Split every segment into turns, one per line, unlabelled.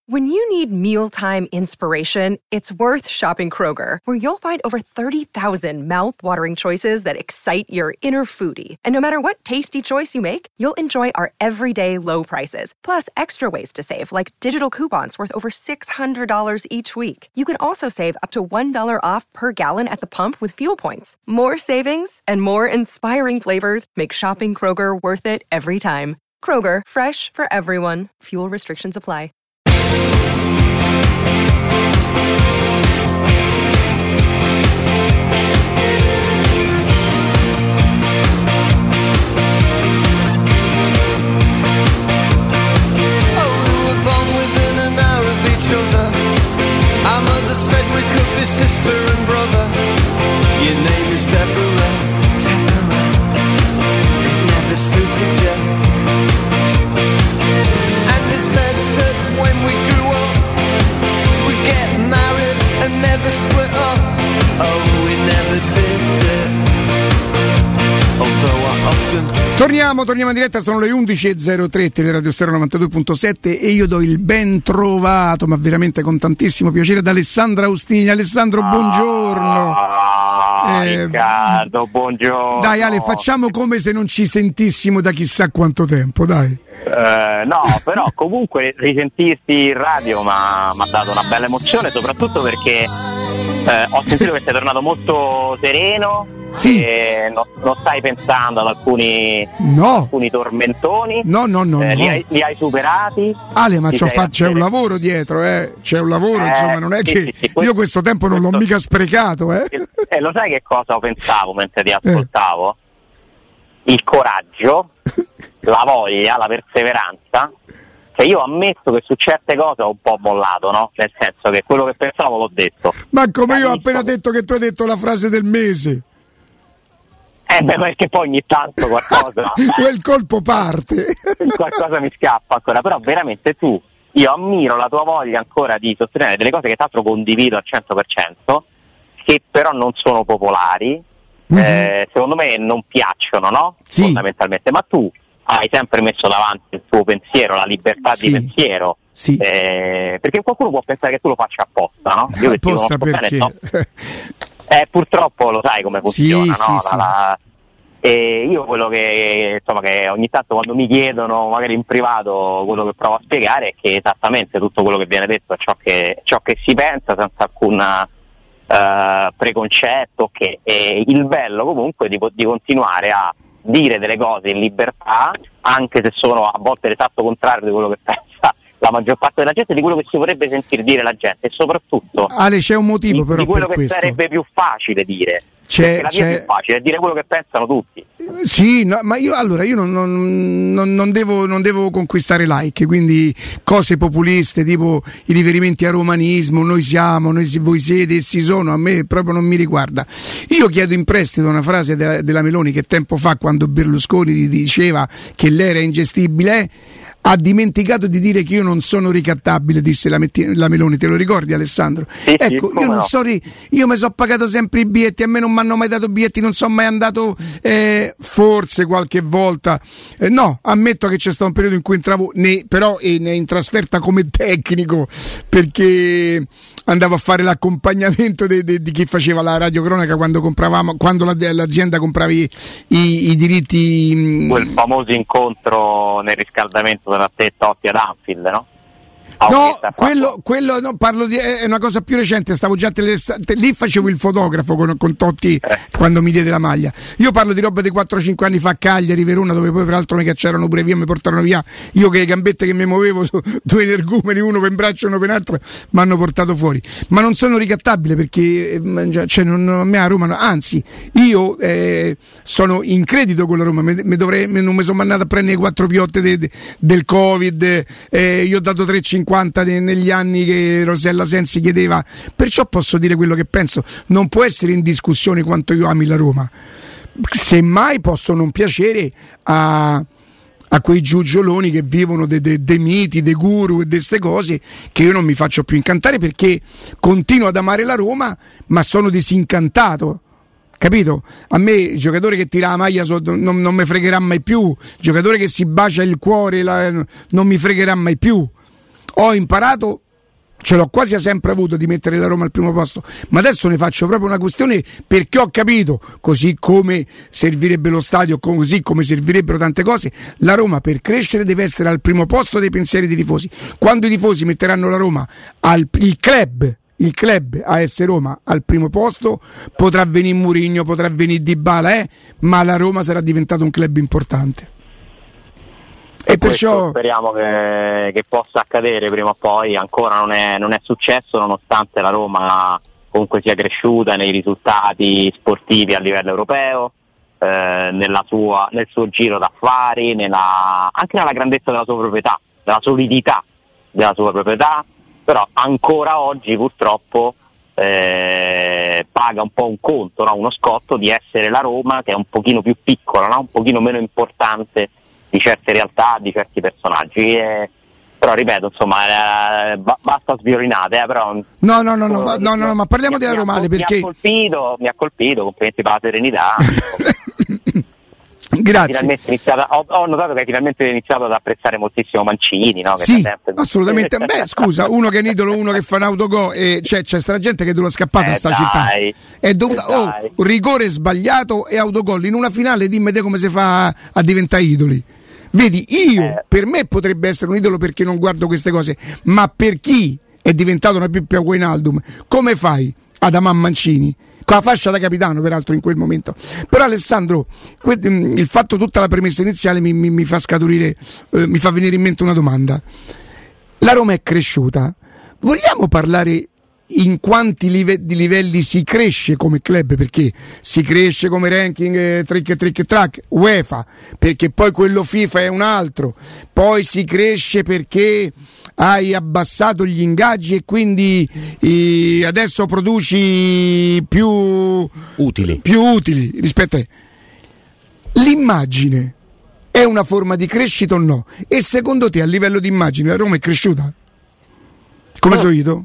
When you need mealtime inspiration, it's worth shopping Kroger, where you'll find over 30,000 mouth-watering choices that excite your inner foodie. And no matter what tasty choice you make, you'll enjoy our everyday low prices, plus extra ways to save, like digital coupons worth over $600 each week. You can also save up to $1 off per gallon at the pump with fuel points. More savings and more inspiring flavors make shopping Kroger worth it every time. Kroger, fresh for everyone. Fuel restrictions apply.
Sister and brother, your name is Deborah. It never suited you. And they said that when we grew up, we'd get married and never split up. Oh, we never did it. Although I often...
Torniamo in diretta, sono le 11.03, Teleradio Stereo 92.7 e io do il ben trovato, ma veramente con tantissimo piacere, ad Alessandro Austini. Alessandro, buongiorno.
Riccardo, buongiorno.
Dai Ale, facciamo come se non ci sentissimo da chissà quanto tempo, dai.
No, però comunque risentirti in radio mi ha dato una bella emozione, soprattutto perché ho sentito che sei tornato molto sereno.
Sì.
Non stai pensando ad alcuni tormentoni?
No.
Li hai superati?
Ale, ma c'è un lavoro dietro, c'è un lavoro, insomma, non è che io questo tempo non l'ho mica sprecato,
Lo sai che cosa pensavo mentre ti ascoltavo? Il coraggio, la voglia, la perseveranza. Cioè io ammetto che su certe cose ho un po' mollato, no? Nel senso che quello che pensavo l'ho detto.
Ma come io ho appena detto che tu hai detto la frase del mese.
Perché poi ogni tanto qualcosa
quel colpo parte.
Qualcosa mi scappa ancora. Però veramente io ammiro la tua voglia ancora di sostenere delle cose che tra l'altro condivido al 100%, che però non sono popolari, secondo me non piacciono, no?
Sì.
Fondamentalmente. Ma tu hai sempre messo davanti il tuo pensiero, la libertà di pensiero.
Sì.
Perché qualcuno può pensare che tu lo faccia apposta, no? Io
apposta perché?
Purtroppo lo sai come funziona,
sì,
no?
Sì.
E io quello che ogni tanto quando mi chiedono, magari in privato, quello che provo a spiegare è che esattamente tutto quello che viene detto è ciò che si pensa, senza alcun preconcetto, che è il bello comunque di continuare a dire delle cose in libertà, anche se sono a volte l'esatto contrario di quello che pensa la maggior parte della gente, di quello che si vorrebbe sentir dire la gente, e soprattutto
Ale, c'è un motivo però
di quello
per
che
questo
sarebbe più facile dire. La via più facile è dire quello che pensano tutti.
Sì, no, ma io non devo conquistare like, quindi cose populiste tipo i riferimenti a romanismo, voi siete, essi sono, a me proprio non mi riguarda. Io chiedo in prestito una frase della Meloni che tempo fa, quando Berlusconi diceva che lei era ingestibile, ha dimenticato di dire che io non sono ricattabile, disse la Meloni, te lo ricordi Alessandro?
Sì,
ecco, io non so, io mi sono pagato sempre i biglietti, a me non mi hanno mai dato biglietti, non sono mai andato, forse qualche volta, no, ammetto che c'è stato un periodo in cui entravo però in trasferta come tecnico, perché andavo a fare l'accompagnamento di chi faceva la radiocronaca quando l'azienda comprava i diritti.
Quel famoso incontro nel riscaldamento tra te e Totti ad Anfield, no?
No, quello no, parlo di è una cosa più recente, stavo già lì facevo il fotografo con Totti quando mi diede la maglia. Io parlo di roba di 4-5 anni fa a Cagliari, Verona, dove poi peraltro mi cacciarono pure via, mi portarono via. Io che le gambette che mi muovevo su due energumeni, uno per un braccio e uno per l'altro, mi hanno portato fuori. Ma non sono ricattabile perché a me a Roma, anzi, io sono in credito con la Roma, non mi sono mandato a prendere 4 piotte del Covid, io ho dato 3,50 negli anni che Rosella Sensi chiedeva, perciò posso dire quello che penso. Non può essere in discussione quanto io ami la Roma, semmai posso non piacere a quei giugioloni che vivono dei miti, dei guru e di queste cose che io non mi faccio più incantare, perché continuo ad amare la Roma ma sono disincantato, capito? A me il giocatore che tira la maglia non mi fregherà mai più, il giocatore che si bacia il cuore non mi fregherà mai più. Ho imparato, ce l'ho quasi sempre avuto, di mettere la Roma al primo posto, ma adesso ne faccio proprio una questione, perché ho capito, così come servirebbe lo stadio, così come servirebbero tante cose, la Roma per crescere deve essere al primo posto dei pensieri dei tifosi. Quando i tifosi metteranno la Roma il club AS Roma al primo posto, potrà venire Mourinho, potrà venire Dybala, ma la Roma sarà diventato un club importante. E perciò
speriamo che possa accadere prima o poi. Ancora non è successo, nonostante la Roma comunque sia cresciuta nei risultati sportivi a livello europeo, nel suo giro d'affari, anche nella grandezza della sua proprietà, della solidità della sua proprietà. Però ancora oggi purtroppo paga un po' un conto, no? Uno scotto di essere la Roma, che è un pochino più piccola, no? Un pochino meno importante di certe realtà, di certi personaggi. Però ripeto, insomma, basta sviolinate, però
no, ma parliamo della Roma, perché
mi ha colpito, complimenti per la serenità.
Grazie.
Ho notato che hai finalmente iniziato ad apprezzare moltissimo Mancini, no? Che
sì, assolutamente. Beh, scusa, uno che è un idolo, uno che fa un autogol, e c'è sta gente che è dovuta scappare a sta città. È dovuta rigore sbagliato e autogol in una finale. Dimmi te come si fa a diventare idoli. Vedi, per me potrebbe essere un idolo perché non guardo queste cose, ma per chi è diventato una Pippa Wijnaldum, come fai ad amare Mancini? Con la fascia da capitano, peraltro, in quel momento. Però Alessandro, il fatto, tutta la premessa iniziale mi fa scaturire, mi fa venire in mente una domanda. La Roma è cresciuta. Vogliamo parlare in quanti livelli si cresce come club? Perché si cresce come ranking trick UEFA, perché poi quello FIFA è un altro, poi si cresce perché hai abbassato gli ingaggi e quindi adesso produci più utili rispetto a l'immagine. È una forma di crescita o no? E secondo te, a livello di immagine, la Roma è cresciuta? Come sono io?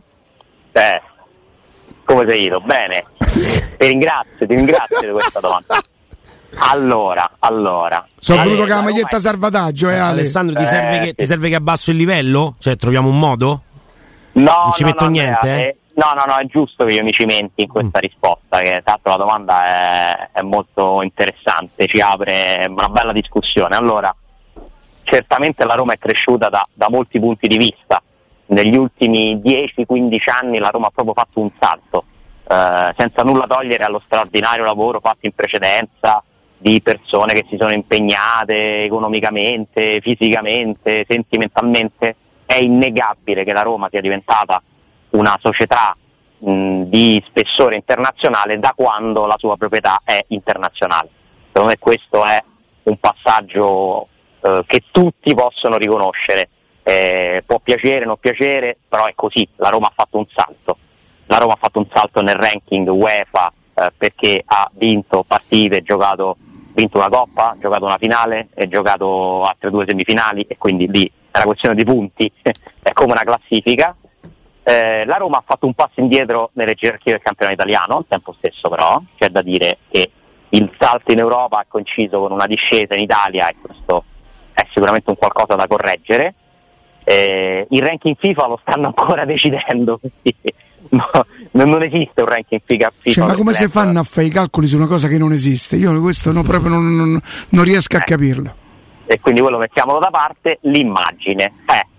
Come sei io? Bene. Ti ringrazio di questa domanda. Allora
sono venuto con la maglietta salvataggio, Ale.
Alessandro, ti serve che abbasso il livello? Cioè, troviamo un modo?
No,
non ci metto niente?
No, è giusto che io mi cimenti in questa risposta, che tanto la domanda è molto interessante, ci apre una bella discussione. Allora, certamente la Roma è cresciuta da molti punti di vista. Negli ultimi 10-15 anni la Roma ha proprio fatto un salto, senza nulla togliere allo straordinario lavoro fatto in precedenza di persone che si sono impegnate economicamente, fisicamente, sentimentalmente. È innegabile che la Roma sia diventata una società di spessore internazionale da quando la sua proprietà è internazionale. Secondo me questo è un passaggio che tutti possono riconoscere. Può piacere, non piacere, però è così. La Roma ha fatto un salto. La Roma ha fatto un salto nel ranking UEFA perché ha vinto partite, vinto una Coppa, giocato una finale e giocato altre 2 semifinali, e quindi lì è una questione di punti, è come una classifica. La Roma ha fatto un passo indietro nelle gerarchie del campionato italiano, al tempo stesso però c'è da dire che il salto in Europa ha coinciso con una discesa in Italia, e questo è sicuramente un qualcosa da correggere. Il ranking FIFA lo stanno ancora decidendo, quindi non esiste un ranking FIFA.
Cioè, ma come si fanno a fare i calcoli su una cosa che non esiste? Io questo proprio non riesco a capirlo.
E quindi quello mettiamolo da parte. L'immagine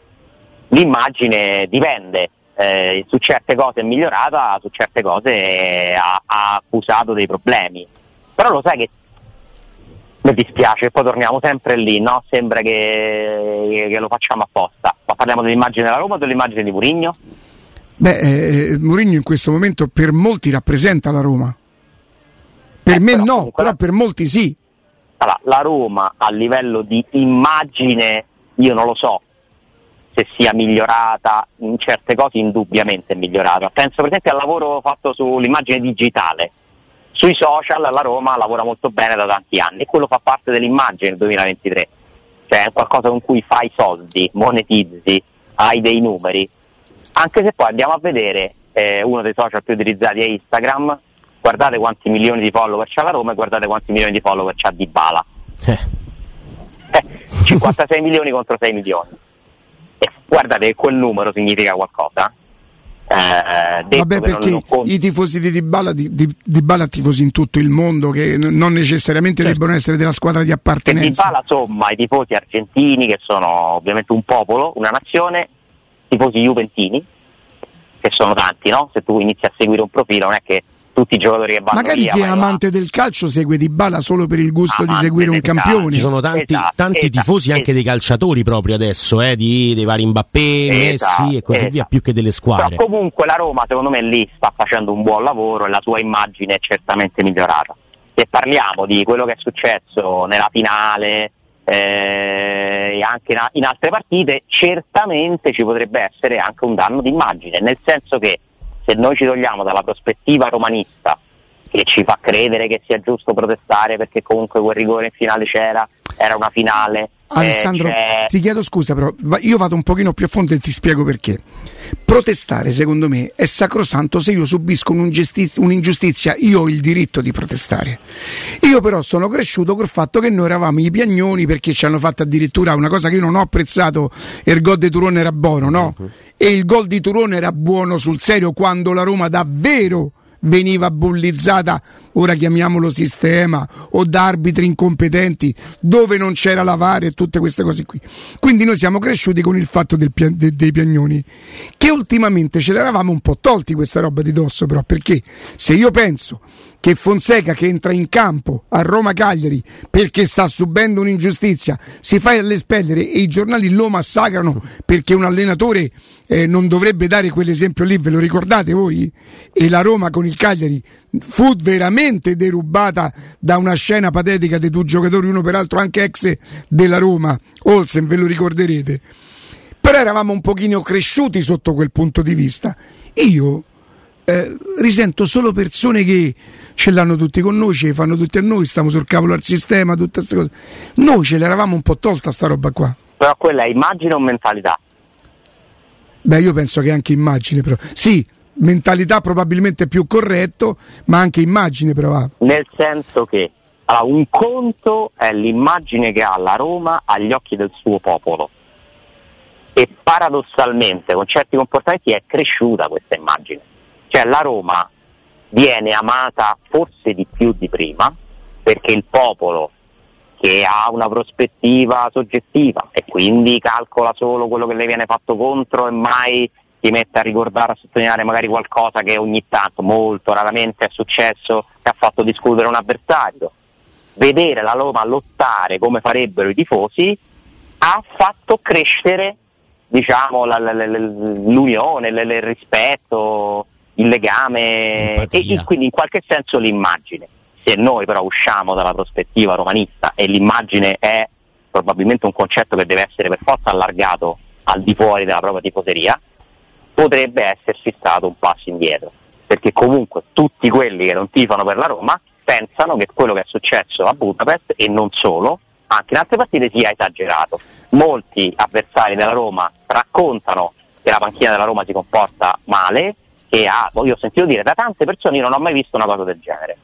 dipende, su certe cose è migliorata, su certe cose ha accusato dei problemi. Però lo sai che mi dispiace, poi torniamo sempre lì, no? Sembra che lo facciamo apposta. Ma parliamo dell'immagine della Roma o dell'immagine di Mourinho?
Mourinho in questo momento per molti rappresenta la Roma. Per me no, comunque, però per molti sì.
Allora, la Roma a livello di immagine io non lo so se sia migliorata, in certe cose indubbiamente è migliorata. Penso per esempio al lavoro fatto sull'immagine digitale. Sui social la Roma lavora molto bene da tanti anni e quello fa parte dell'immagine del 2023, cioè è qualcosa con cui fai soldi, monetizzi, hai dei numeri, anche se poi andiamo a vedere uno dei social più utilizzati è Instagram, guardate quanti milioni di follower c'ha la Roma e guardate quanti milioni di follower c'ha Dybala. 56 milioni contro 6 milioni. Guardate, quel numero significa qualcosa.
Vabbè, perché i tifosi di Dybala tifosi in tutto il mondo, che non necessariamente debbono essere della squadra di appartenenza.
Dybala somma i tifosi argentini, che sono ovviamente un popolo, una nazione, tifosi juventini, che sono tanti, no? Se tu inizi a seguire un profilo, non è che tutti i giocatori che vanno
magari
via,
chi è amante del calcio segue Dybala solo per il gusto di seguire un campione.
Ci sono tanti tifosi anche dei calciatori proprio adesso, dei vari Mbappé, Messi e così via, più che delle squadre.
Però comunque la Roma secondo me lì sta facendo un buon lavoro e la sua immagine è certamente migliorata. Se parliamo di quello che è successo nella finale e anche in altre partite, certamente ci potrebbe essere anche un danno d'immagine, nel senso che se noi ci togliamo dalla prospettiva romanista, che ci fa credere che sia giusto protestare perché comunque quel rigore in finale c'era, era una finale.
Alessandro, ti chiedo scusa, però io vado un pochino più a fondo e ti spiego perché. Protestare, secondo me, è sacrosanto. Se io subisco un'ingiustizia, io ho il diritto di protestare. Io però sono cresciuto col fatto che noi eravamo i piagnoni, perché ci hanno fatto addirittura una cosa che io non ho apprezzato, il gol di Turone era buono, no? E il gol di Turone era buono sul serio quando la Roma davvero veniva bullizzata, ora chiamiamolo sistema, o da arbitri incompetenti, dove non c'era la VAR e tutte queste cose qui. Quindi noi siamo cresciuti con il fatto dei piagnoni, che ultimamente ce l'eravamo un po' tolti questa roba di dosso, però, perché se io penso che Fonseca, che entra in campo a Roma-Cagliari perché sta subendo un'ingiustizia, si fa all'espellere e i giornali lo massacrano perché un allenatore non dovrebbe dare quell'esempio lì, ve lo ricordate voi? E la Roma con il Cagliari fu veramente derubata da una scena patetica dei due giocatori, uno peraltro anche ex della Roma, Olsen, ve lo ricorderete. Però eravamo un pochino cresciuti sotto quel punto di vista. Io risento solo persone che ce l'hanno tutti con noi, ce le fanno tutti a noi, stiamo sul cavolo al sistema, tutte queste cose. Noi ce l'eravamo un po' tolta sta roba qua.
Però quella è immagine o mentalità?
Beh, io penso che anche immagine, però. Sì, mentalità probabilmente più corretto, ma anche immagine, però va.
Nel senso che un conto è l'immagine che ha la Roma agli occhi del suo popolo. E paradossalmente con certi comportamenti è cresciuta questa immagine. Cioè la Roma viene amata forse di più di prima, perché il popolo, che ha una prospettiva soggettiva e quindi calcola solo quello che le viene fatto contro e mai si mette a ricordare, a sottolineare magari qualcosa che ogni tanto, molto raramente è successo, che ha fatto discutere un avversario. Vedere la Roma lottare come farebbero i tifosi ha fatto crescere, diciamo, l'unione, il rispetto, il legame e quindi in qualche senso l'immagine. Se noi però usciamo dalla prospettiva romanista e l'immagine è probabilmente un concetto che deve essere per forza allargato al di fuori della propria tifoseria, potrebbe esserci stato un passo indietro, perché comunque tutti quelli che non tifano per la Roma pensano che quello che è successo a Budapest, e non solo, anche in altre partite, sia esagerato. Molti avversari della Roma raccontano che la panchina della Roma si comporta male, che io ho sentito dire da tante persone, io non ho mai visto una cosa del genere.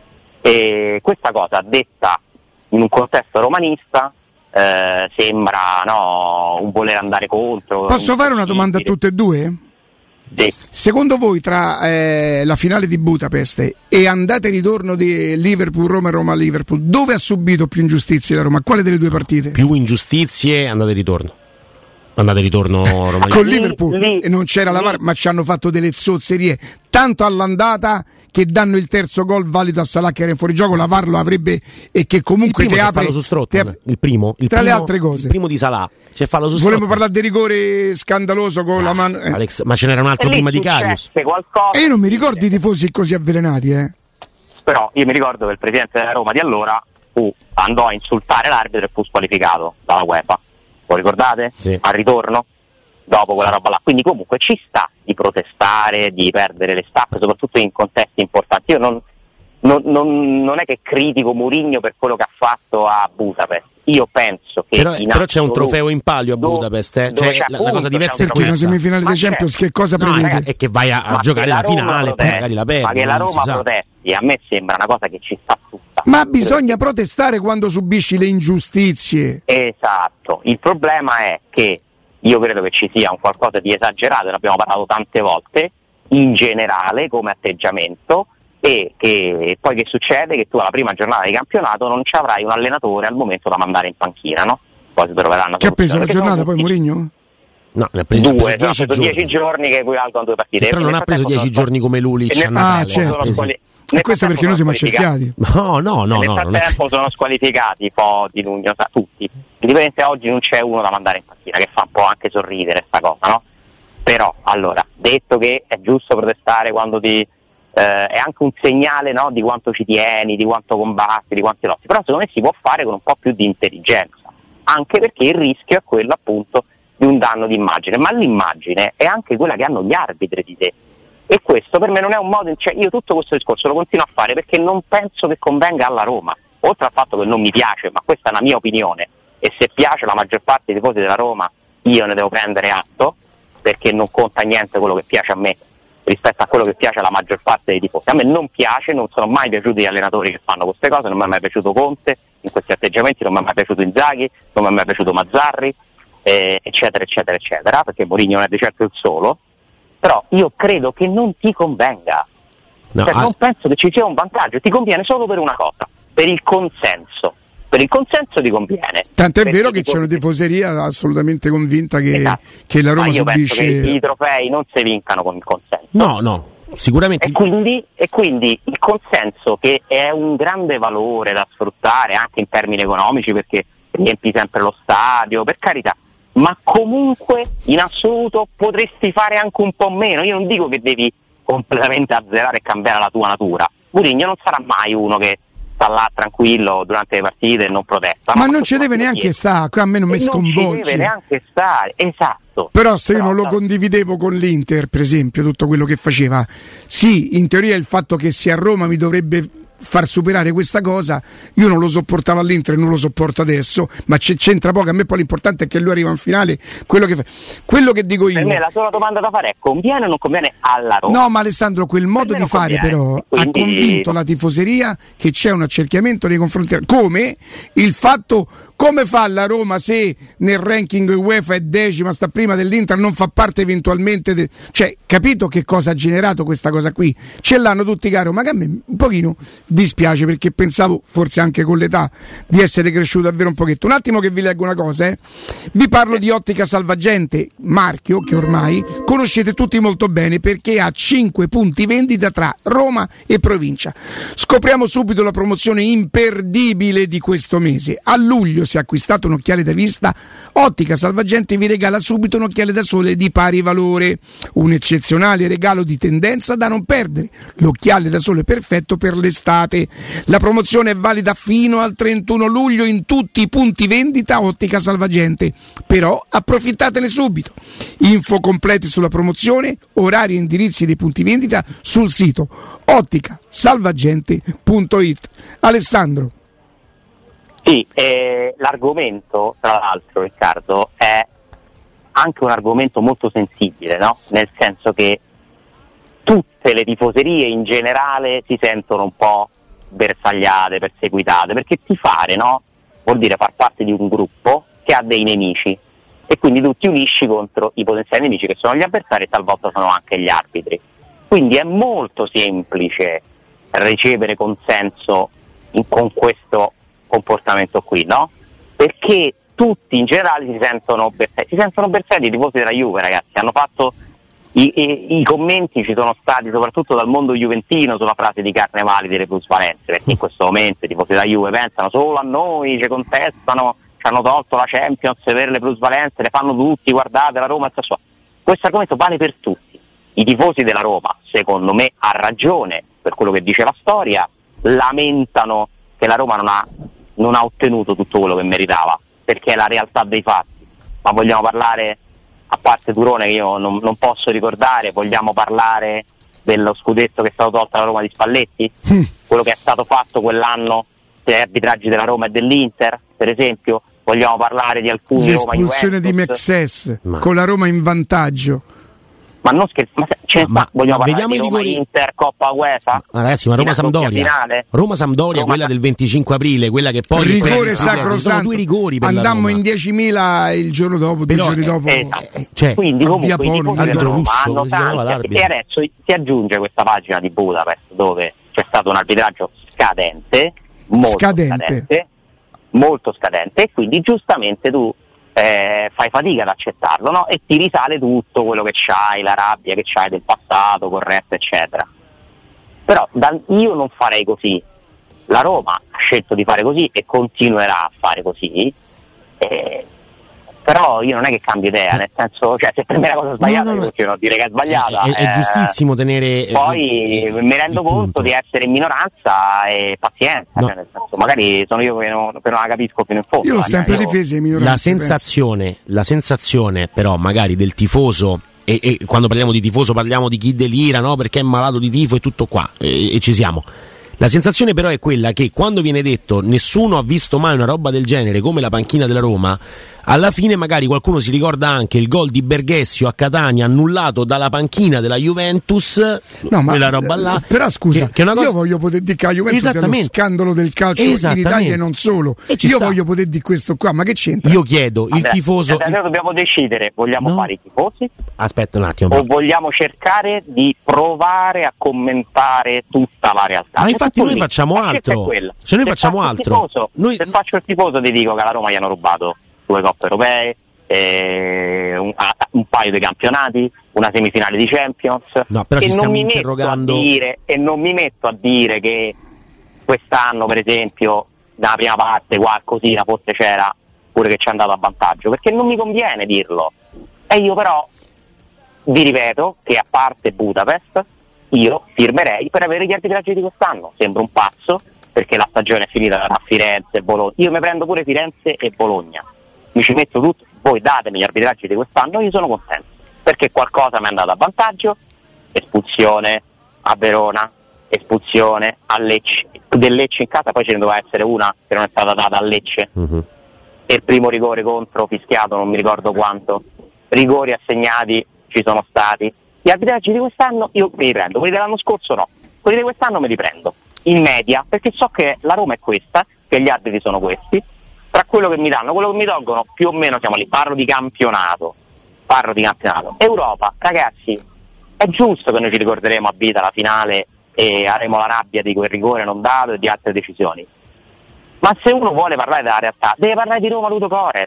E questa cosa detta in un contesto romanista sembra un voler andare contro.
Posso fare una domanda a tutte e due?
Sì.
Secondo voi tra la finale di Budapest e andata e ritorno di Liverpool-Roma e Roma-Liverpool, dove ha subito più ingiustizie la Roma? Quale delle due partite?
Più ingiustizie andata e ritorno. Andata e ritorno Roma.
Con Liverpool e non c'era la VAR, ma ci hanno fatto delle zozzerie tanto all'andata che danno il terzo gol valido a Salah che era in fuorigioco, la VAR lo avrebbe, e che comunque ti apre
su Strootman, il primo
tra le altre cose.
Il primo di Salah, cioè fallo su
Volevo parlare di rigore scandaloso con la mano.
Alex, ma ce n'era un altro prima di Karius.
E io non mi ricordo i tifosi così avvelenati,
Però io mi ricordo che il presidente della Roma di allora andò a insultare l'arbitro e fu squalificato dalla UEFA. Lo ricordate?
Sì.
Al ritorno, dopo quella roba là. Quindi comunque ci sta di protestare, di perdere le stappe, soprattutto in contesti importanti. Io non è che critico Mourinho per quello che ha fatto a Budapest. Io penso che
però c'è un trofeo in palio a Budapest, cioè la cosa diversa è
perché una semifinale di Champions che cosa prevede?
È che vai a giocare la finale, poi magari la perdi.
Ma che la Roma protesti, a me sembra una cosa che ci sta tutta.
Ma bisogna protestare quando subisci le ingiustizie.
Esatto, il problema è che io credo che ci sia un qualcosa di esagerato, ne abbiamo parlato tante volte, in generale come atteggiamento, e che poi che succede? Che tu alla prima giornata di campionato non ci avrai un allenatore al momento da mandare in panchina, no? Poi si troveranno.
Che ha preso la giornata poi Mourinho?
No, ne ha preso
10 giorni che equivalgono 2 partite.
Però non ha preso 10 giorni come Lulic a Natale.
Certo. E questo perché noi siamo accerchiati.
No.
Nel frattempo sono squalificati Foti, Nugno, tutti. Evidentemente oggi non c'è uno da mandare in panchina, che fa un po' anche sorridere sta cosa, no? Però, allora, detto che è giusto protestare quando è anche un segnale, no, di quanto ci tieni, di quanto combatti, di quanti lotti, però secondo me si può fare con un po' più di intelligenza, anche perché il rischio è quello appunto di un danno di immagine, ma l'immagine è anche quella che hanno gli arbitri di te, e questo per me non è un modo, cioè io tutto questo discorso lo continuo a fare perché non penso che convenga alla Roma, oltre al fatto che non mi piace, ma questa è una mia opinione, e se piace la maggior parte dei tifosi della Roma io ne devo prendere atto, perché non conta niente quello che piace a me rispetto a quello che piace alla maggior parte dei tifosi. A me non piace, non sono mai piaciuti gli allenatori che fanno queste cose, non mi è mai piaciuto Conte in questi atteggiamenti, non mi è mai piaciuto Inzaghi, non mi è mai piaciuto Mazzarri, eccetera eccetera eccetera, perché Mourinho non è di certo il solo, però io credo che non ti convenga, non penso che ci sia un vantaggio, ti conviene solo per una cosa, per il consenso. Per il consenso ti conviene.
Tanto è vero che c'è una tifoseria assolutamente convinta che la Roma subisce.
Io penso che i trofei non si vincano con il consenso.
No, sicuramente.
E quindi il consenso, che è un grande valore da sfruttare anche in termini economici, perché riempi sempre lo stadio, per carità, ma comunque in assoluto potresti fare anche un po' meno. Io non dico che devi completamente azzerare e cambiare la tua natura. Mourinho non sarà mai uno che sta là tranquillo durante le partite e non protesta,
ma non ci deve neanche stare, a me non mi sconvolge,
non ci deve neanche stare, esatto.
Però se io non lo condividevo con l'Inter, per esempio, tutto quello che faceva, sì, in teoria il fatto che sia a Roma mi dovrebbe far superare questa cosa, io non lo sopportavo all'Inter e non lo sopporto adesso, ma c'entra poco, a me poi l'importante è che lui arriva in finale, quello che dico io.
Per me la sola domanda da fare è: conviene o non conviene alla Roma?
No, ma Alessandro, quel modo di fare però ha convinto la tifoseria che c'è un accerchiamento nei confronti, come il fatto, come fa la Roma se nel ranking UEFA è decima, sta prima dell'Inter, non fa parte eventualmente cioè, capito che cosa ha generato questa cosa qui? Ce l'hanno tutti caro, ma che a me un pochino dispiace, perché pensavo, forse anche con l'età, di essere cresciuto davvero un pochetto. Un attimo che vi leggo una cosa, vi parlo di Ottica Salvagente, marchio che ormai conoscete tutti molto bene perché ha 5 punti vendita tra Roma e provincia. Scopriamo subito la promozione imperdibile di questo mese. A luglio, se acquistate un occhiale da vista, Ottica Salvagente vi regala subito un occhiale da sole di pari valore, un eccezionale regalo di tendenza da non perdere, l'occhiale da sole perfetto per l'estate. La promozione è valida fino al 31 luglio in tutti i punti vendita Ottica Salvagente, però approfittatene subito. Info complete sulla promozione, orari e indirizzi dei punti vendita sul sito otticasalvagente.it. Alessandro.
Sì, l'argomento, tra l'altro, Riccardo, è anche un argomento molto sensibile, no? Nel senso che tutte le tifoserie in generale si sentono un po' bersagliate, perseguitate, perché tifare, no? Vuol dire far parte di un gruppo che ha dei nemici, e quindi tu ti unisci contro i potenziali nemici che sono gli avversari e talvolta sono anche gli arbitri. Quindi è molto semplice ricevere consenso con questo comportamento qui, no? Perché tutti in generale si sentono bersagliati. I tifosi della Juve, ragazzi, hanno fatto i commenti, ci sono stati soprattutto dal mondo juventino sulla frase di Carnevali delle plusvalenze, perché in questo momento i tifosi della Juve pensano solo a noi, ci contestano, ci hanno tolto la Champions per le plusvalenze, le fanno tutti, guardate la Roma è sua. Questo argomento vale per tutti. I tifosi della Roma, secondo me, a ragione, per quello che dice la storia, lamentano che la Roma non ha ottenuto tutto quello che meritava, perché è la realtà dei fatti. Ma vogliamo parlare, a parte Turone che io non posso ricordare, vogliamo parlare dello scudetto che è stato tolto alla Roma di Spalletti? Quello che è stato fatto quell'anno degli arbitraggi della Roma e dell'Inter, per esempio? Vogliamo parlare di alcuni
l'espulsione di Mexes con la Roma in vantaggio?
Ma non scherzo, ma vediamo i rigori. Inter Coppa UEFA.
Ragazzi, ma Roma-Sampdoria, quella del 25 aprile, quella che poi
rigore sacrosanto.
Due rigori per
andammo in 10.000 il giorno dopo, 2 giorni dopo.
Cioè,
quindi comunque
Russo,
e adesso si aggiunge questa pagina di Budapest dove c'è stato un arbitraggio molto scadente, e quindi giustamente tu fai fatica ad accettarlo, no? E ti risale tutto quello che c'hai, la rabbia che c'hai del passato corretto, eccetera. Però io non farei così. La Roma ha scelto di fare così e continuerà a fare così, però io non è che cambio idea, nel senso, cioè, se per me è una cosa sbagliata io continuo a dire che è sbagliata.
È giustissimo tenere.
Poi mi rendo conto di essere in minoranza e pazienza, cioè, nel senso, magari sono io che non la capisco fino in fondo.
Io l'ho sempre difesa in minoranza.
La sensazione però magari del tifoso, e quando parliamo di tifoso parliamo di chi delira, no? Perché è malato di tifo e tutto qua, e ci siamo. La sensazione però è quella che quando viene detto nessuno ha visto mai una roba del genere come la panchina della Roma, alla fine magari qualcuno si ricorda anche il gol di Berghessio a Catania annullato dalla panchina della Juventus, quella roba là.
Però scusa,
che una cosa...
io voglio poter dire che la Juventus è lo scandalo del calcio in Italia e non solo. Io voglio poter dire questo qua, ma che c'entra?
Io chiedo, il tifoso...
Noi dobbiamo decidere, vogliamo fare i tifosi?
Aspetta un attimo.
O vogliamo cercare di provare a commentare tutta la realtà?
Ma infatti noi facciamo altro. Cioè noi facciamo altro.
Se faccio il tifoso ti dico che alla Roma gli hanno rubato 2 coppe europee, un paio di campionati, una semifinale di Champions,
però
non mi metto a dire che quest'anno per esempio nella prima parte qualcosina forse c'era pure che ci è andato a vantaggio, perché non mi conviene dirlo, e io però vi ripeto che a parte Budapest io firmerei per avere gli arbitraggi di quest'anno. Sembra un pazzo perché la stagione è finita a Firenze e Bologna, io mi prendo pure Firenze e Bologna, mi ci metto tutto, voi datemi gli arbitraggi di quest'anno, io sono contento, perché qualcosa mi è andato a vantaggio. Espulsione a Verona, espulsione a Lecce, del Lecce in casa, poi ce ne doveva essere una che non è stata data a Lecce, e il primo rigore contro fischiato non mi ricordo quanto, rigori assegnati ci sono stati. Gli arbitraggi di quest'anno io me li prendo, quelli dell'anno scorso no, quelli di quest'anno me li prendo in media, perché so che la Roma è questa, che gli arbitri sono questi. Tra quello che mi danno, quello che mi tolgono, più o meno siamo lì. Parlo di campionato. Europa, ragazzi, è giusto che noi ci ricorderemo a vita la finale e avremo la rabbia di quel rigore non dato e di altre decisioni. Ma se uno vuole parlare della realtà, deve parlare di Roma Ludogorets.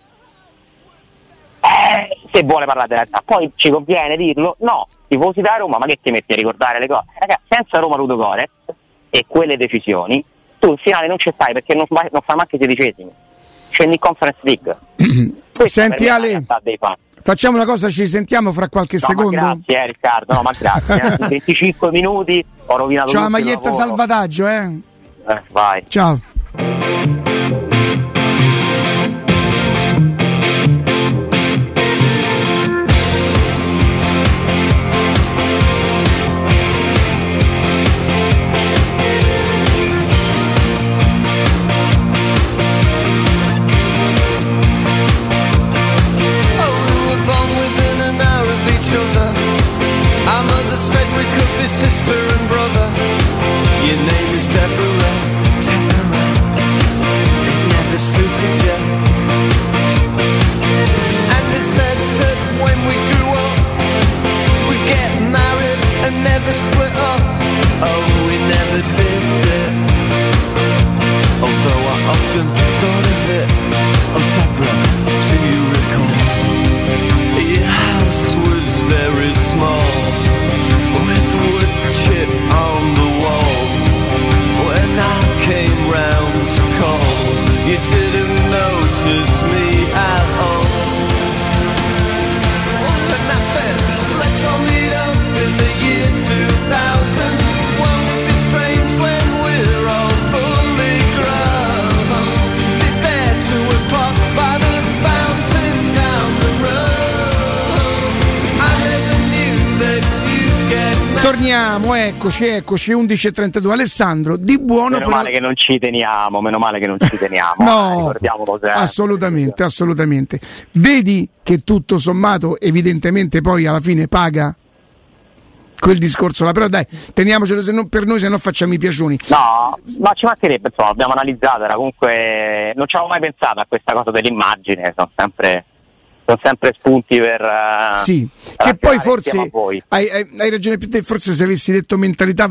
Se vuole parlare della realtà, poi ci conviene dirlo? No, tifosi da Roma, ma che ti metti a ricordare le cose? Ragazzi, senza Roma Ludogorets e quelle decisioni, tu in finale non ci stai, perché non fa manco i 16esimi, scendi in Conference League.
Senti Ale, facciamo una cosa, ci sentiamo fra qualche secondo.
Ma grazie Riccardo, ma grazie. 25 minuti ho rovinato tutto.
Ciao, maglietta salvataggio,
vai.
Ciao.
Sister and brother, your name is Deborah. It never suited you. And they said that when we grew up, we'd get married and never split up. Oh, we never did it. Although I often thought of it. Oh, Deborah, do you recall? Your house was very small, chip on the wall. When I came round to call, you didn't notice me at all. And I said, let's all meet up in the year 2000. Won't it be strange when we're all fully grown? Be there 2 o'clock by the fountain down the road. I never knew that you'd get mad.
Torniamo, eccoci 11:32. Alessandro, di buono
meno male che non ci teniamo,
no,
ricordiamolo
sempre. Assolutamente. Vedi che tutto sommato evidentemente poi alla fine paga quel discorso là, però dai, teniamocelo per noi, se no facciamo i piacioni.
No, ma ci mancherebbe, insomma, l'abbiamo analizzato, era comunque non ci avevo mai pensato a questa cosa dell'immagine, sono sempre spunti per
sì, che poi forse hai ragione più te, forse se avessi detto mentalità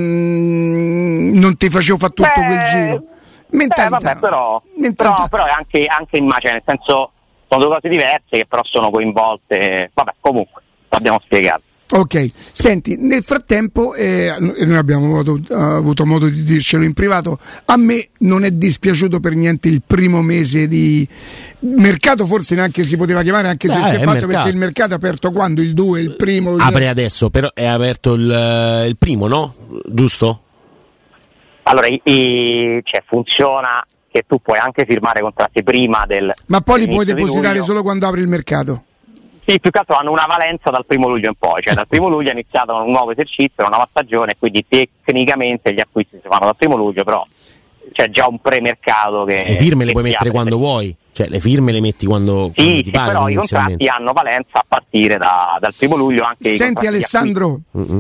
non ti facevo fare tutto quel giro. Mentalità.
Vabbè, però è anche immagine, nel senso sono due cose diverse che però sono coinvolte, vabbè, comunque l'abbiamo spiegato.
Ok, senti, nel frattempo noi abbiamo avuto modo di dircelo in privato, a me non è dispiaciuto per niente il primo mese di mercato, forse neanche si poteva chiamare, anche se si è fatto mercato. Perché il mercato è aperto quando? Il 2, il primo?
Apre adesso, però è aperto il primo, no? Giusto?
Allora, funziona che tu puoi anche firmare contratti prima del...
Ma poi li puoi depositare solo quando apri il mercato?
Sì, più che altro hanno una valenza dal 1 luglio in poi, cioè dal 1 luglio è iniziato un nuovo esercizio, una nuova stagione, quindi tecnicamente gli acquisti si fanno dal 1 luglio, però c'è già un premercato che...
Le firme le puoi mettere quando vuoi, cioè le firme le metti quando ti pare.
Però i contratti hanno valenza a partire dal 1 luglio anche.
Senti Alessandro,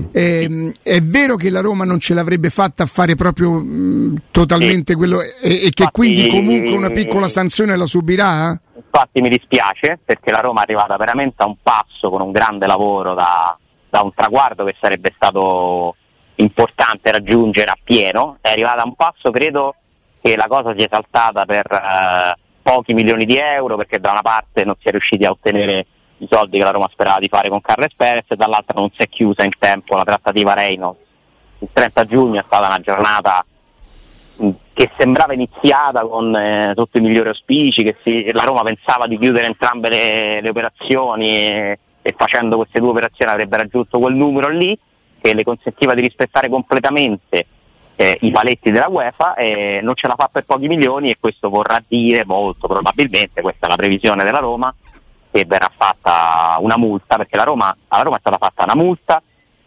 è vero che la Roma non ce l'avrebbe fatta a fare proprio quello e che quindi comunque una piccola sanzione la subirà?
Infatti mi dispiace, perché la Roma è arrivata veramente a un passo con un grande lavoro da un traguardo che sarebbe stato importante raggiungere a pieno. È arrivata a un passo, credo che la cosa sia saltata per pochi milioni di euro, perché da una parte non si è riusciti a ottenere i soldi che la Roma sperava di fare con Carles Perez e dall'altra non si è chiusa in tempo la trattativa Reynolds. Il 30 giugno è stata una giornata che sembrava iniziata con sotto i migliori auspici, la Roma pensava di chiudere entrambe le operazioni e facendo queste due operazioni avrebbe raggiunto quel numero lì che le consentiva di rispettare completamente i paletti della UEFA, non ce la fa per pochi milioni, e questo vorrà dire molto probabilmente, questa è la previsione della Roma, che verrà fatta una multa, perché alla Roma è stata fatta una multa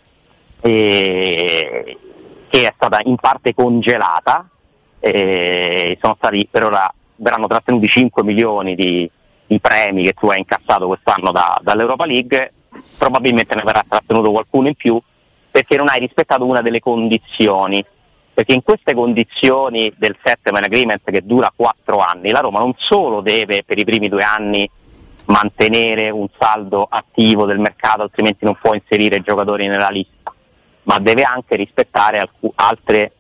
che è stata in parte congelata. Sono stati per ora, verranno trattenuti 5 milioni di premi che tu hai incassato quest'anno dall'Europa League, probabilmente ne verrà trattenuto qualcuno in più perché non hai rispettato una delle condizioni, perché in queste condizioni del settlement agreement che dura 4 anni la Roma non solo deve per i primi 2 anni mantenere un saldo attivo del mercato, altrimenti non può inserire giocatori nella lista, ma deve anche rispettare altri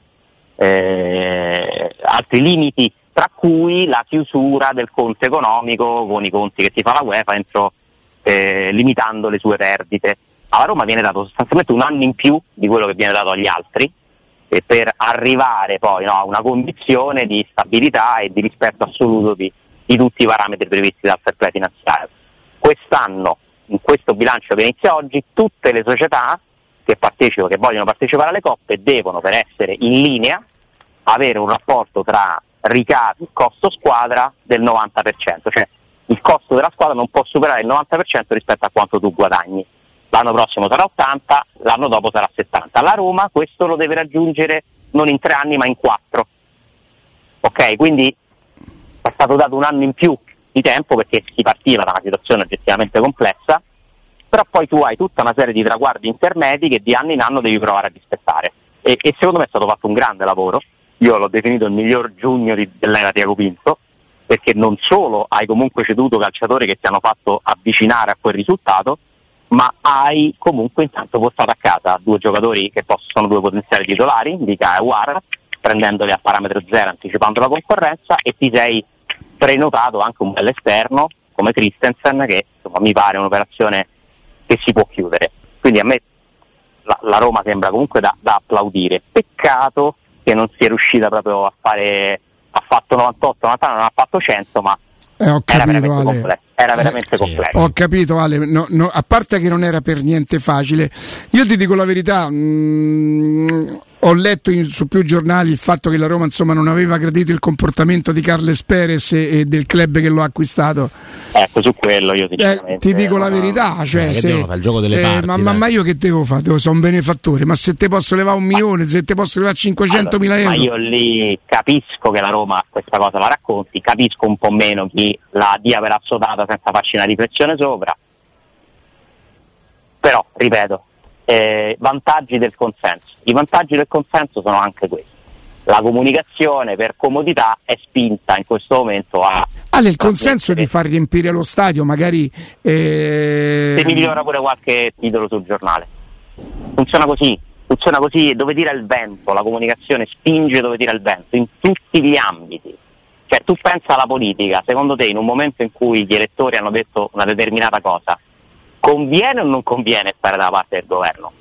limiti, tra cui la chiusura del conto economico con i conti che ti fa la UEFA limitando le sue perdite. Alla Roma viene dato sostanzialmente un anno in più di quello che viene dato agli altri per arrivare poi a una condizione di stabilità e di rispetto assoluto di tutti i parametri previsti dal fair play finanziario. Quest'anno, in questo bilancio che inizia oggi, tutte le società che vogliono partecipare alle coppe devono, per essere in linea, avere un rapporto tra ricavi e costo squadra del 90%, cioè il costo della squadra non può superare il 90% rispetto a quanto tu guadagni. L'anno prossimo sarà 80, l'anno dopo sarà 70. La Roma questo lo deve raggiungere non in 3 anni ma in 4. Ok, quindi è stato dato un anno in più di tempo perché si partiva da una situazione oggettivamente complessa, però poi tu hai tutta una serie di traguardi intermedi che di anno in anno devi provare a rispettare, e secondo me è stato fatto un grande lavoro. Io l'ho definito il miglior giugno dell'era Tiago Pinto, perché non solo hai comunque ceduto calciatori che ti hanno fatto avvicinare a quel risultato, ma hai comunque intanto portato a casa 2 giocatori che sono 2 potenziali titolari, Dica e War, prendendoli a parametro zero, anticipando la concorrenza, e ti sei prenotato anche un bel esterno come Christensen, che insomma mi pare un'operazione che si può chiudere. Quindi a me la Roma sembra comunque da applaudire. Peccato che non sia riuscita proprio a fare, ha fatto 98, 99, non ha fatto 100, ma era veramente complesso.
Ho capito, Ale, a parte che non era per niente facile. Io ti dico la verità, ho letto su più giornali il fatto che la Roma insomma non aveva gradito il comportamento di Carles Perez e del club che lo ha acquistato.
Ecco, su quello io
ti dico la verità, cioè
il gioco delle parti,
ma io che devo fare? Devo essere un benefattore, ma se te posso levare 1 milione, se te posso levare 500.000 euro.
Ma io lì capisco che la Roma questa cosa la racconti, capisco un po' meno chi la dia per assodata senza farci una riflessione sopra, però ripeto, vantaggi del consenso. I vantaggi del consenso sono anche questi. La comunicazione per comodità è spinta in questo momento a...
il consenso di far riempire lo stadio, magari...
Se migliora pure qualche titolo sul giornale. Funziona così, dove tira il vento, la comunicazione spinge dove tira il vento, in tutti gli ambiti. Cioè tu pensa alla politica, secondo te in un momento in cui gli elettori hanno detto una determinata cosa, conviene o non conviene stare dalla parte del governo?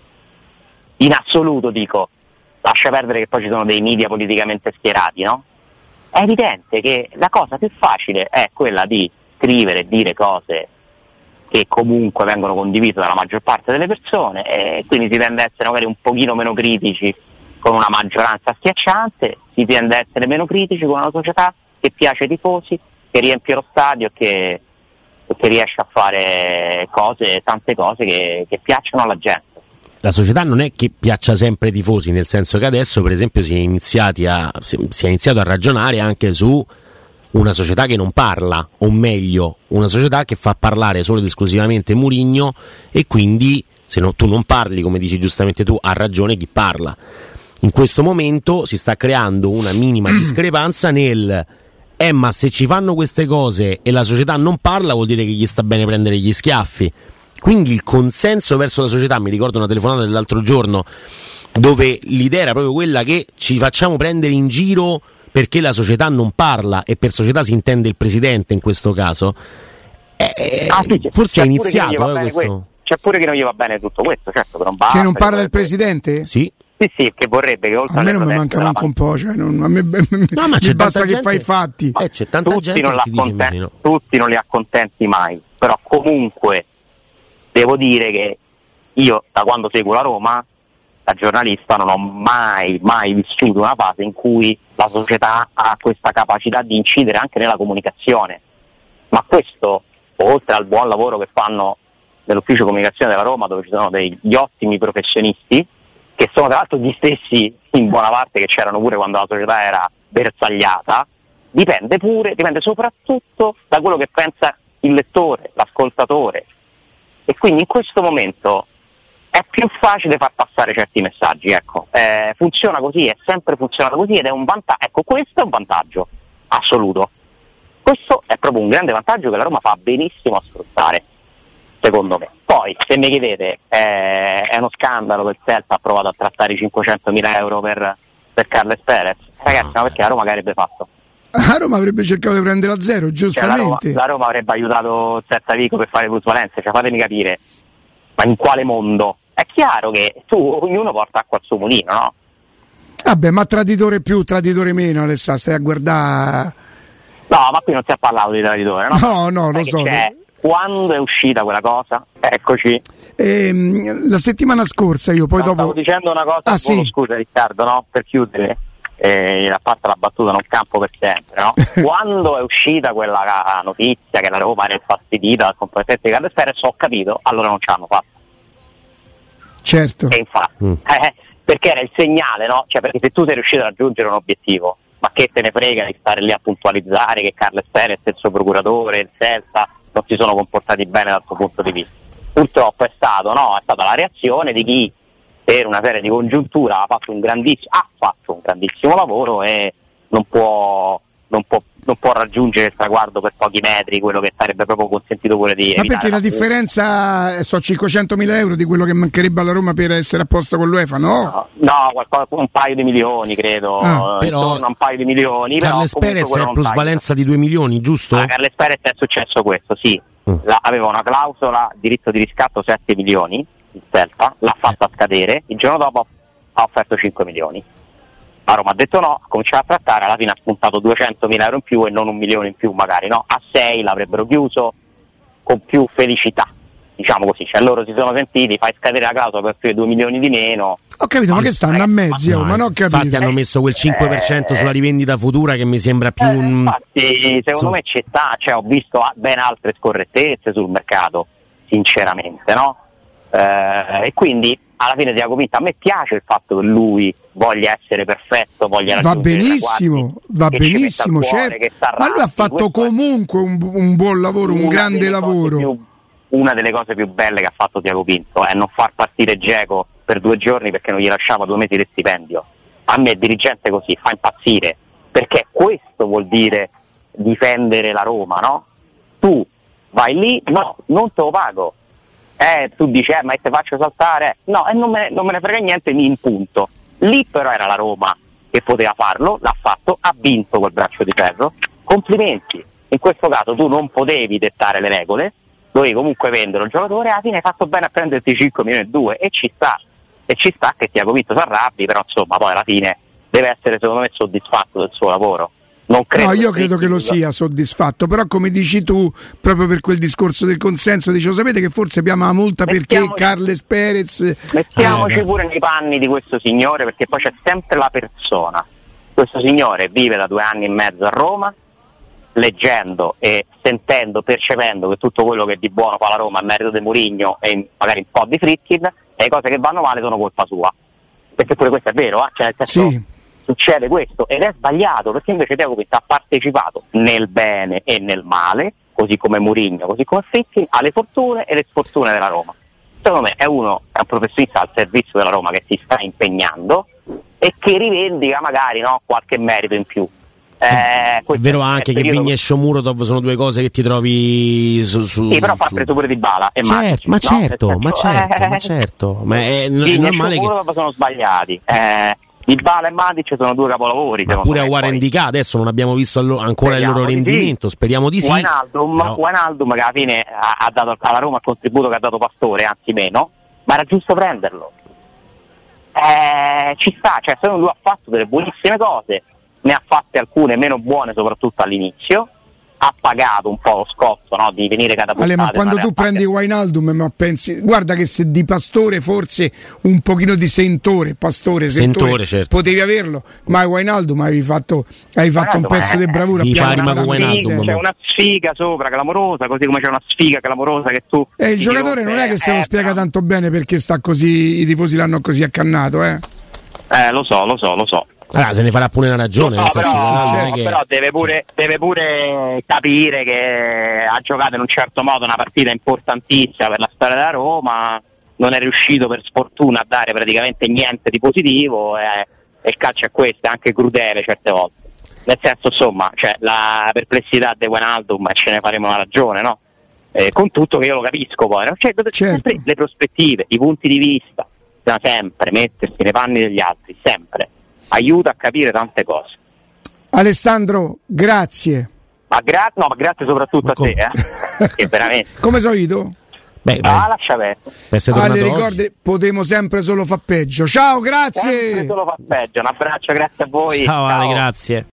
In assoluto dico, lascia perdere che poi ci sono dei media politicamente schierati, no? È evidente che la cosa più facile è quella di scrivere e dire cose che comunque vengono condivise dalla maggior parte delle persone, e quindi si tende a essere magari un pochino meno critici con una maggioranza schiacciante, si tende a essere meno critici con una società che piace ai tifosi, che riempie lo stadio e che riesce a fare tante cose che piacciono alla gente.
La società non è che piaccia sempre ai tifosi, nel senso che adesso per esempio si è iniziato a ragionare anche su una società che non parla, o meglio una società che fa parlare solo ed esclusivamente Mourinho, e quindi se tu non parli, come dici giustamente tu, ha ragione chi parla. In questo momento si sta creando una minima discrepanza nel ma se ci fanno queste cose e la società non parla, vuol dire che gli sta bene prendere gli schiaffi. Quindi il consenso verso la società, mi ricordo una telefonata dell'altro giorno dove l'idea era proprio quella che ci facciamo prendere in giro perché la società non parla, e per società si intende il presidente in questo caso. Forse è iniziato questo.
C'è pure che non gli va bene tutto questo, certo, che non basta.
Che non parla il presidente?
Sì.
Sì, che vorrebbe che oltre
a me non mi manca manco un po', cioè a me
ma c'è
basta che
gente,
fai i fatti.
C'è tanta gente che ti dice immagino.
Tutti non li accontenti mai, però comunque devo dire che io da quando seguo la Roma, da giornalista, non ho mai vissuto una fase in cui la società ha questa capacità di incidere anche nella comunicazione. Ma questo, oltre al buon lavoro che fanno nell'ufficio comunicazione della Roma, dove ci sono degli ottimi professionisti, che sono tra l'altro gli stessi in buona parte che c'erano pure quando la società era bersagliata, dipende soprattutto da quello che pensa il lettore, l'ascoltatore. E quindi in questo momento è più facile far passare certi messaggi, ecco. Funziona così, è sempre funzionato così, ed è un vantaggio. Ecco, questo è un vantaggio assoluto. Questo è proprio un grande vantaggio che la Roma fa benissimo a sfruttare, secondo me. Poi, se mi chiedete, è uno scandalo che il Celta ha provato a trattare i 500.000 euro per Carles Perez. Ragazzi, ma perché la Roma che avrebbe fatto?
La Roma avrebbe cercato di prendere a zero, giustamente.
La Roma avrebbe aiutato Celta Vigo per fare plusvalenze, cioè fatemi capire, ma in quale mondo? È chiaro che ognuno porta acqua al suo mulino, no?
Vabbè, ma traditore più, traditore meno, Alessà, stai a guardare.
No, ma qui non si è parlato di traditore, no?
No, lo so.
Quando è uscita quella cosa? Eccoci.
La settimana scorsa io poi dopo...
Stavo dicendo una cosa,
sì.
Scusa Riccardo, no? Per chiudere, ha fatto la battuta, non campo per sempre, no? Quando è uscita quella notizia che la Roma era infastidita dal comportamento di Carles Perez, ho capito, allora non ce l'hanno fatto.
Certo.
E infatti, perché era il segnale, no? Cioè, perché se tu sei riuscito a raggiungere un obiettivo, ma che te ne frega di stare lì a puntualizzare che Carles Perez e il suo procuratore, il Celta, non si sono comportati bene dal suo punto di vista. Purtroppo è stata la reazione di chi per una serie di congiuntura ha fatto un grandissimo lavoro e non può raggiungere il traguardo per pochi metri, quello che sarebbe proprio consentito pure di evitare.
Ma perché la differenza so 500.000 euro di quello che mancherebbe alla Roma per essere a posto con l'UEFA, no?
No, un paio di milioni credo,
però
un paio di milioni.
Carles Perez è plusvalenza di 2 milioni, giusto?
A Carles Perez è successo questo, sì. Aveva una clausola, diritto di riscatto 7 milioni, il Celta, l'ha fatta scadere, il giorno dopo ha offerto 5 milioni. La Roma ha detto no, ha cominciato a trattare, alla fine ha spuntato 200.000 euro in più e non 1 milione in più magari, no? A 6 l'avrebbero chiuso con più felicità, diciamo così, cioè loro si sono sentiti, fai scadere la clausola per più di 2 milioni di meno.
Ho capito, ma che stanno a mezzi, ma non ho capito.
Infatti hanno messo quel 5% sulla rivendita futura che mi sembra più
infatti secondo me c'è ho visto ben altre scorrettezze sul mercato, sinceramente, no? E quindi alla fine si è convinto. A me piace il fatto che lui voglia essere perfetto, voglia raggiungere
va benissimo, certo. Ma lui ha fatto comunque un buon lavoro, un grande lavoro.
una delle cose più belle che ha fatto Tiago Pinto è non far partire Dzeko per 2 giorni perché non gli lasciava 2 mesi di stipendio. A me dirigente così fa impazzire, perché questo vuol dire difendere la Roma, no? Tu vai lì, no, non te lo pago. Tu dici, ma te faccio saltare? No, e non me ne frega niente, mi impunto. Lì però era la Roma che poteva farlo, l'ha fatto, ha vinto col braccio di ferro. Complimenti. In questo caso tu non potevi dettare le regole, dovevi comunque vendere un giocatore, alla fine hai fatto bene a prenderti 5 milioni e 2, e ci sta che Tiago Pinto si arrabbi, però insomma poi alla fine deve essere secondo me soddisfatto del suo lavoro. Non credo,
no, io credo che lo sia soddisfatto, però come dici tu, proprio per quel discorso del consenso, dicevo, sapete che forse abbiamo la multa perché Carles Perez...
Mettiamoci pure nei panni di questo signore, perché poi c'è sempre la persona. Questo signore vive da 2 anni e mezzo a Roma, leggendo e sentendo, percependo che tutto quello che di buono fa la Roma è merito di Mourinho e magari un po' di Friedkin, e le cose che vanno male sono colpa sua. Perché pure questo è vero, cioè nel senso,
sì,
succede questo, ed è sbagliato, perché invece Tiago Pinto ha partecipato nel bene e nel male, così come Mourinho, così come Friedkin, alle fortune e le sfortune della Roma. Secondo me è un professionista al servizio della Roma che si sta impegnando e che rivendica magari, no, qualche merito in più.
È vero anche che Vigna e Shomurodov sono 2 cose che ti trovi su sì,
però fa preso pure Dybala e
ma certo, ma è normale che
Shomurodov sono sbagliati. Dybala e Matic sono 2 capolavori.
Ma pure a Warendika adesso non abbiamo visto ancora il loro rendimento, speriamo di sì.
Wijnaldum che alla fine ha dato alla Roma il contributo che ha dato Pastore, anzi meno, ma era giusto prenderlo. Ci sta, cioè se lui ha fatto delle buonissime cose, ne ha fatte alcune meno buone, soprattutto all'inizio, ha pagato un po' lo scotto, no, di venire catapultato.
Ma quando tu prendi Wijnaldum, ma pensi, guarda che se di Pastore forse un pochino di Sentore, certo, potevi averlo, ma Wijnaldum hai fatto un pezzo di bravura.
C'è una sfiga sopra clamorosa, così come c'è una sfiga clamorosa che tu...
il giocatore non è che se lo spiega tanto bene perché sta così, i tifosi l'hanno così accannato,
Lo so.
Allora, se ne farà pure una ragione,
però deve pure capire che ha giocato in un certo modo una partita importantissima per la storia della Roma, non è riuscito per sfortuna a dare praticamente niente di positivo, e il calcio è questo, è anche crudele certe volte. Nel senso, insomma, cioè, la perplessità di Wijnaldum, ce ne faremo una ragione, no? Con tutto che io lo capisco poi, no? Cioè, sempre le prospettive, i punti di vista, da sempre mettersi nei panni degli altri, sempre aiuta a capire tante cose.
Alessandro, grazie.
Ma grazie soprattutto a te, che veramente.
Come solito?
Lascia perdere.
Ricordi, potremo sempre solo far peggio. Ciao, grazie.
Sempre solo far peggio. Un abbraccio, grazie a voi.
Ciao. Ale, grazie.